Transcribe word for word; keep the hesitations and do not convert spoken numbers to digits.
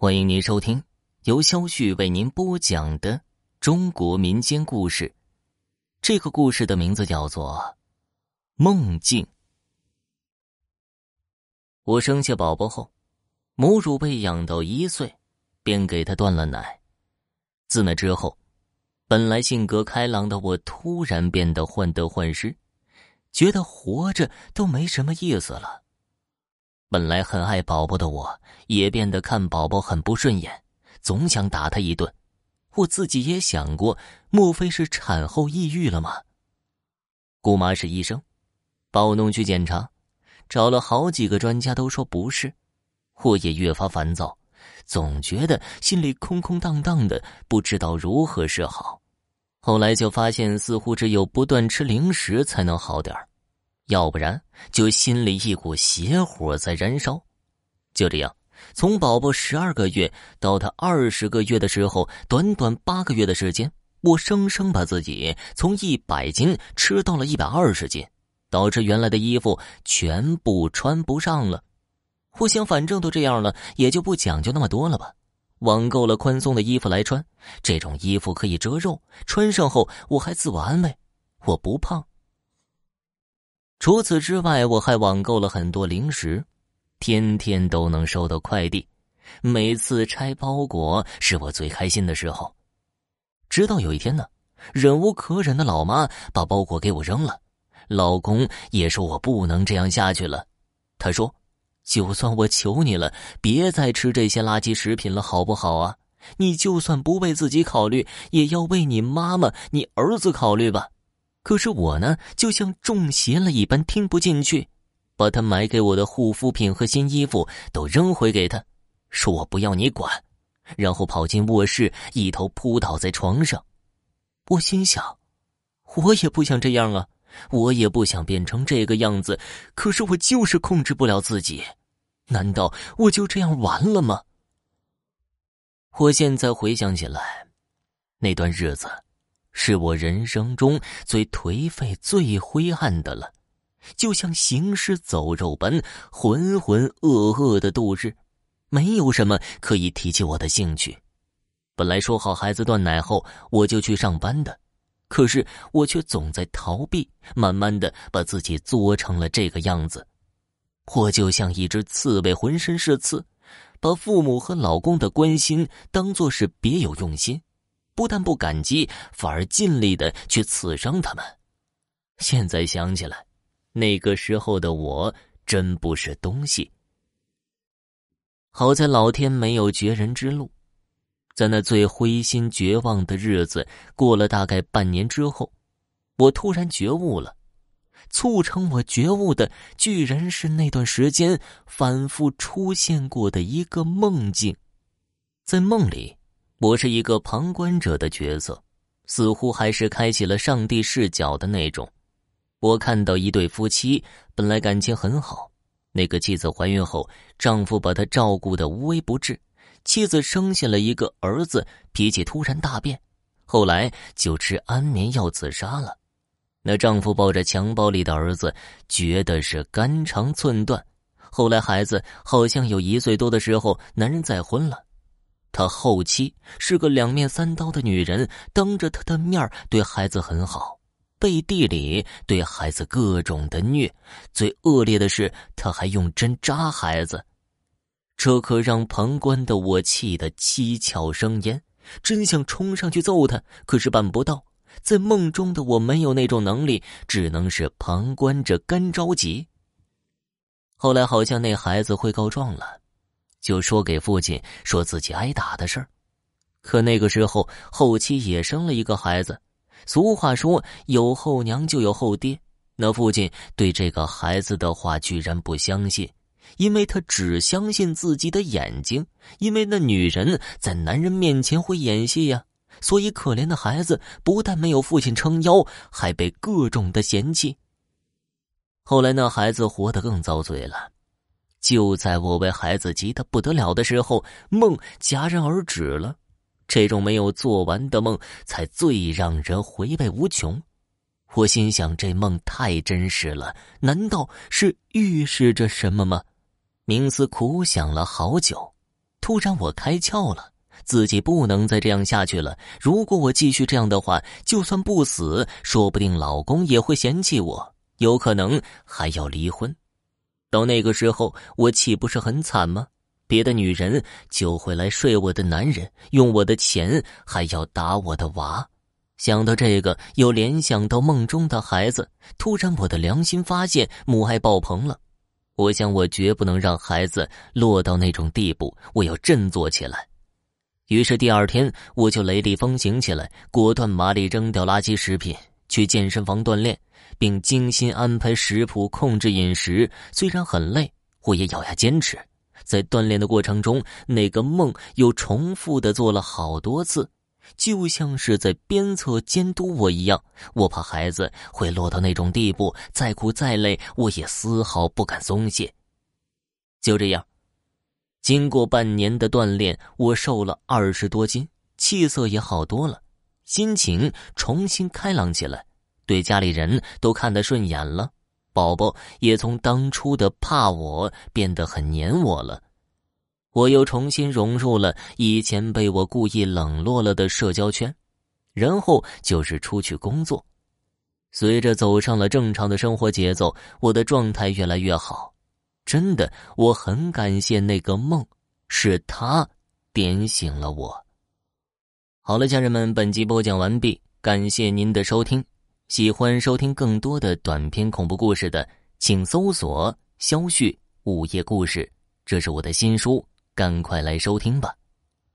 欢迎您收听由肖旭为您播讲的中国民间故事。这个故事的名字叫做《梦境》。我生下宝宝后，母乳喂养到一岁，便给他断了奶。自那之后，本来性格开朗的我突然变得患得患失，觉得活着都没什么意思了。本来很爱宝宝的我，也变得看宝宝很不顺眼，总想打他一顿。我自己也想过，莫非是产后抑郁了吗？姑妈是医生，把我弄去检查，找了好几个专家都说不是。我也越发烦躁，总觉得心里空空荡荡的，不知道如何是好。后来就发现，似乎只有不断吃零食才能好点儿，要不然就心里一股邪火在燃烧。就这样，从宝宝十二个月到他二十个月的时候，短短八个月的时间，我生生把自己从一百斤吃到了一百二十斤，导致原来的衣服全部穿不上了。我想反正都这样了，也就不讲究那么多了吧。网购了宽松的衣服来穿，这种衣服可以遮肉，穿上后我还自我安慰，我不胖。除此之外，我还网购了很多零食，天天都能收到快递，每次拆包裹是我最开心的时候。直到有一天呢，忍无可忍的老妈把包裹给我扔了，老公也说我不能这样下去了。他说，就算我求你了，别再吃这些垃圾食品了好不好啊？你就算不为自己考虑，也要为你妈妈、你儿子考虑吧。可是我呢，就像中邪了一般，听不进去，把他买给我的护肤品和新衣服都扔回给他，说我不要你管，然后跑进卧室，一头扑倒在床上。我心想，我也不想这样啊，我也不想变成这个样子，可是我就是控制不了自己，难道我就这样完了吗？我现在回想起来，那段日子是我人生中最颓废最灰暗的了，就像行尸走肉般浑浑噩噩的度日，没有什么可以提起我的兴趣。本来说好孩子断奶后我就去上班的，可是我却总在逃避，慢慢的把自己作成了这个样子。我就像一只刺猬，浑身是刺，把父母和老公的关心当作是别有用心，不但不感激，反而尽力的去刺伤他们。现在想起来，那个时候的我真不是东西。好在老天没有绝人之路，在那最灰心绝望的日子过了大概半年之后，我突然觉悟了。促成我觉悟的居然是那段时间反复出现过的一个梦境。在梦里，我是一个旁观者的角色，似乎还是开启了上帝视角的那种。我看到一对夫妻本来感情很好，那个妻子怀孕后，丈夫把她照顾得无微不至，妻子生下了一个儿子，脾气突然大变，后来就吃安眠药自杀了。那丈夫抱着襁褓里的儿子，觉得是肝肠寸断。后来孩子好像有一岁多的时候，男人再婚了。他后妻是个两面三刀的女人，当着他的面对孩子很好，背地里对孩子各种的虐，最恶劣的是他还用针扎孩子。这可让旁观的我气得七窍生烟，真想冲上去揍他，可是办不到。在梦中的我没有那种能力，只能是旁观着干着急。后来好像那孩子会告状了，就说给父亲说自己挨打的事儿。可那个时候后妻也生了一个孩子，俗话说有后娘就有后爹，那父亲对这个孩子的话居然不相信，因为他只相信自己的眼睛，因为那女人在男人面前会演戏呀。所以可怜的孩子不但没有父亲撑腰，还被各种的嫌弃。后来那孩子活得更遭罪了。就在我为孩子急得不得了的时候，梦戛然而止了。这种没有做完的梦才最让人回味无穷。我心想，这梦太真实了，难道是预示着什么吗？冥思苦想了好久， 突然我开窍了，自己不能再这样下去了。如果我继续这样的话，就算不死，说不定老公也会嫌弃我，有可能还要离婚。到那个时候，我岂不是很惨吗？别的女人就会来睡我的男人，用我的钱，还要打我的娃。想到这个，又联想到梦中的孩子，突然我的良心发现，母爱爆棚了。我想我绝不能让孩子落到那种地步，我要振作起来。于是第二天我就雷厉风行起来，果断麻利扔掉垃圾食品，去健身房锻炼，并精心安排食谱，控制饮食。虽然很累，我也咬牙坚持。在锻炼的过程中，那个梦又重复地做了好多次，就像是在鞭策监督我一样。我怕孩子会落到那种地步，再苦再累，我也丝毫不敢松懈。就这样，经过半年的锻炼，我瘦了二十多斤，气色也好多了，心情重新开朗起来，对家里人都看得顺眼了。宝宝也从当初的怕我变得很黏我了。我又重新融入了以前被我故意冷落了的社交圈，然后就是出去工作。随着走上了正常的生活节奏，我的状态越来越好。真的，我很感谢那个梦，是它点醒了我。好了，家人们，本集播讲完毕，感谢您的收听。喜欢收听更多的短篇恐怖故事的，请搜索“肖旭午夜故事”，这是我的新书，赶快来收听吧。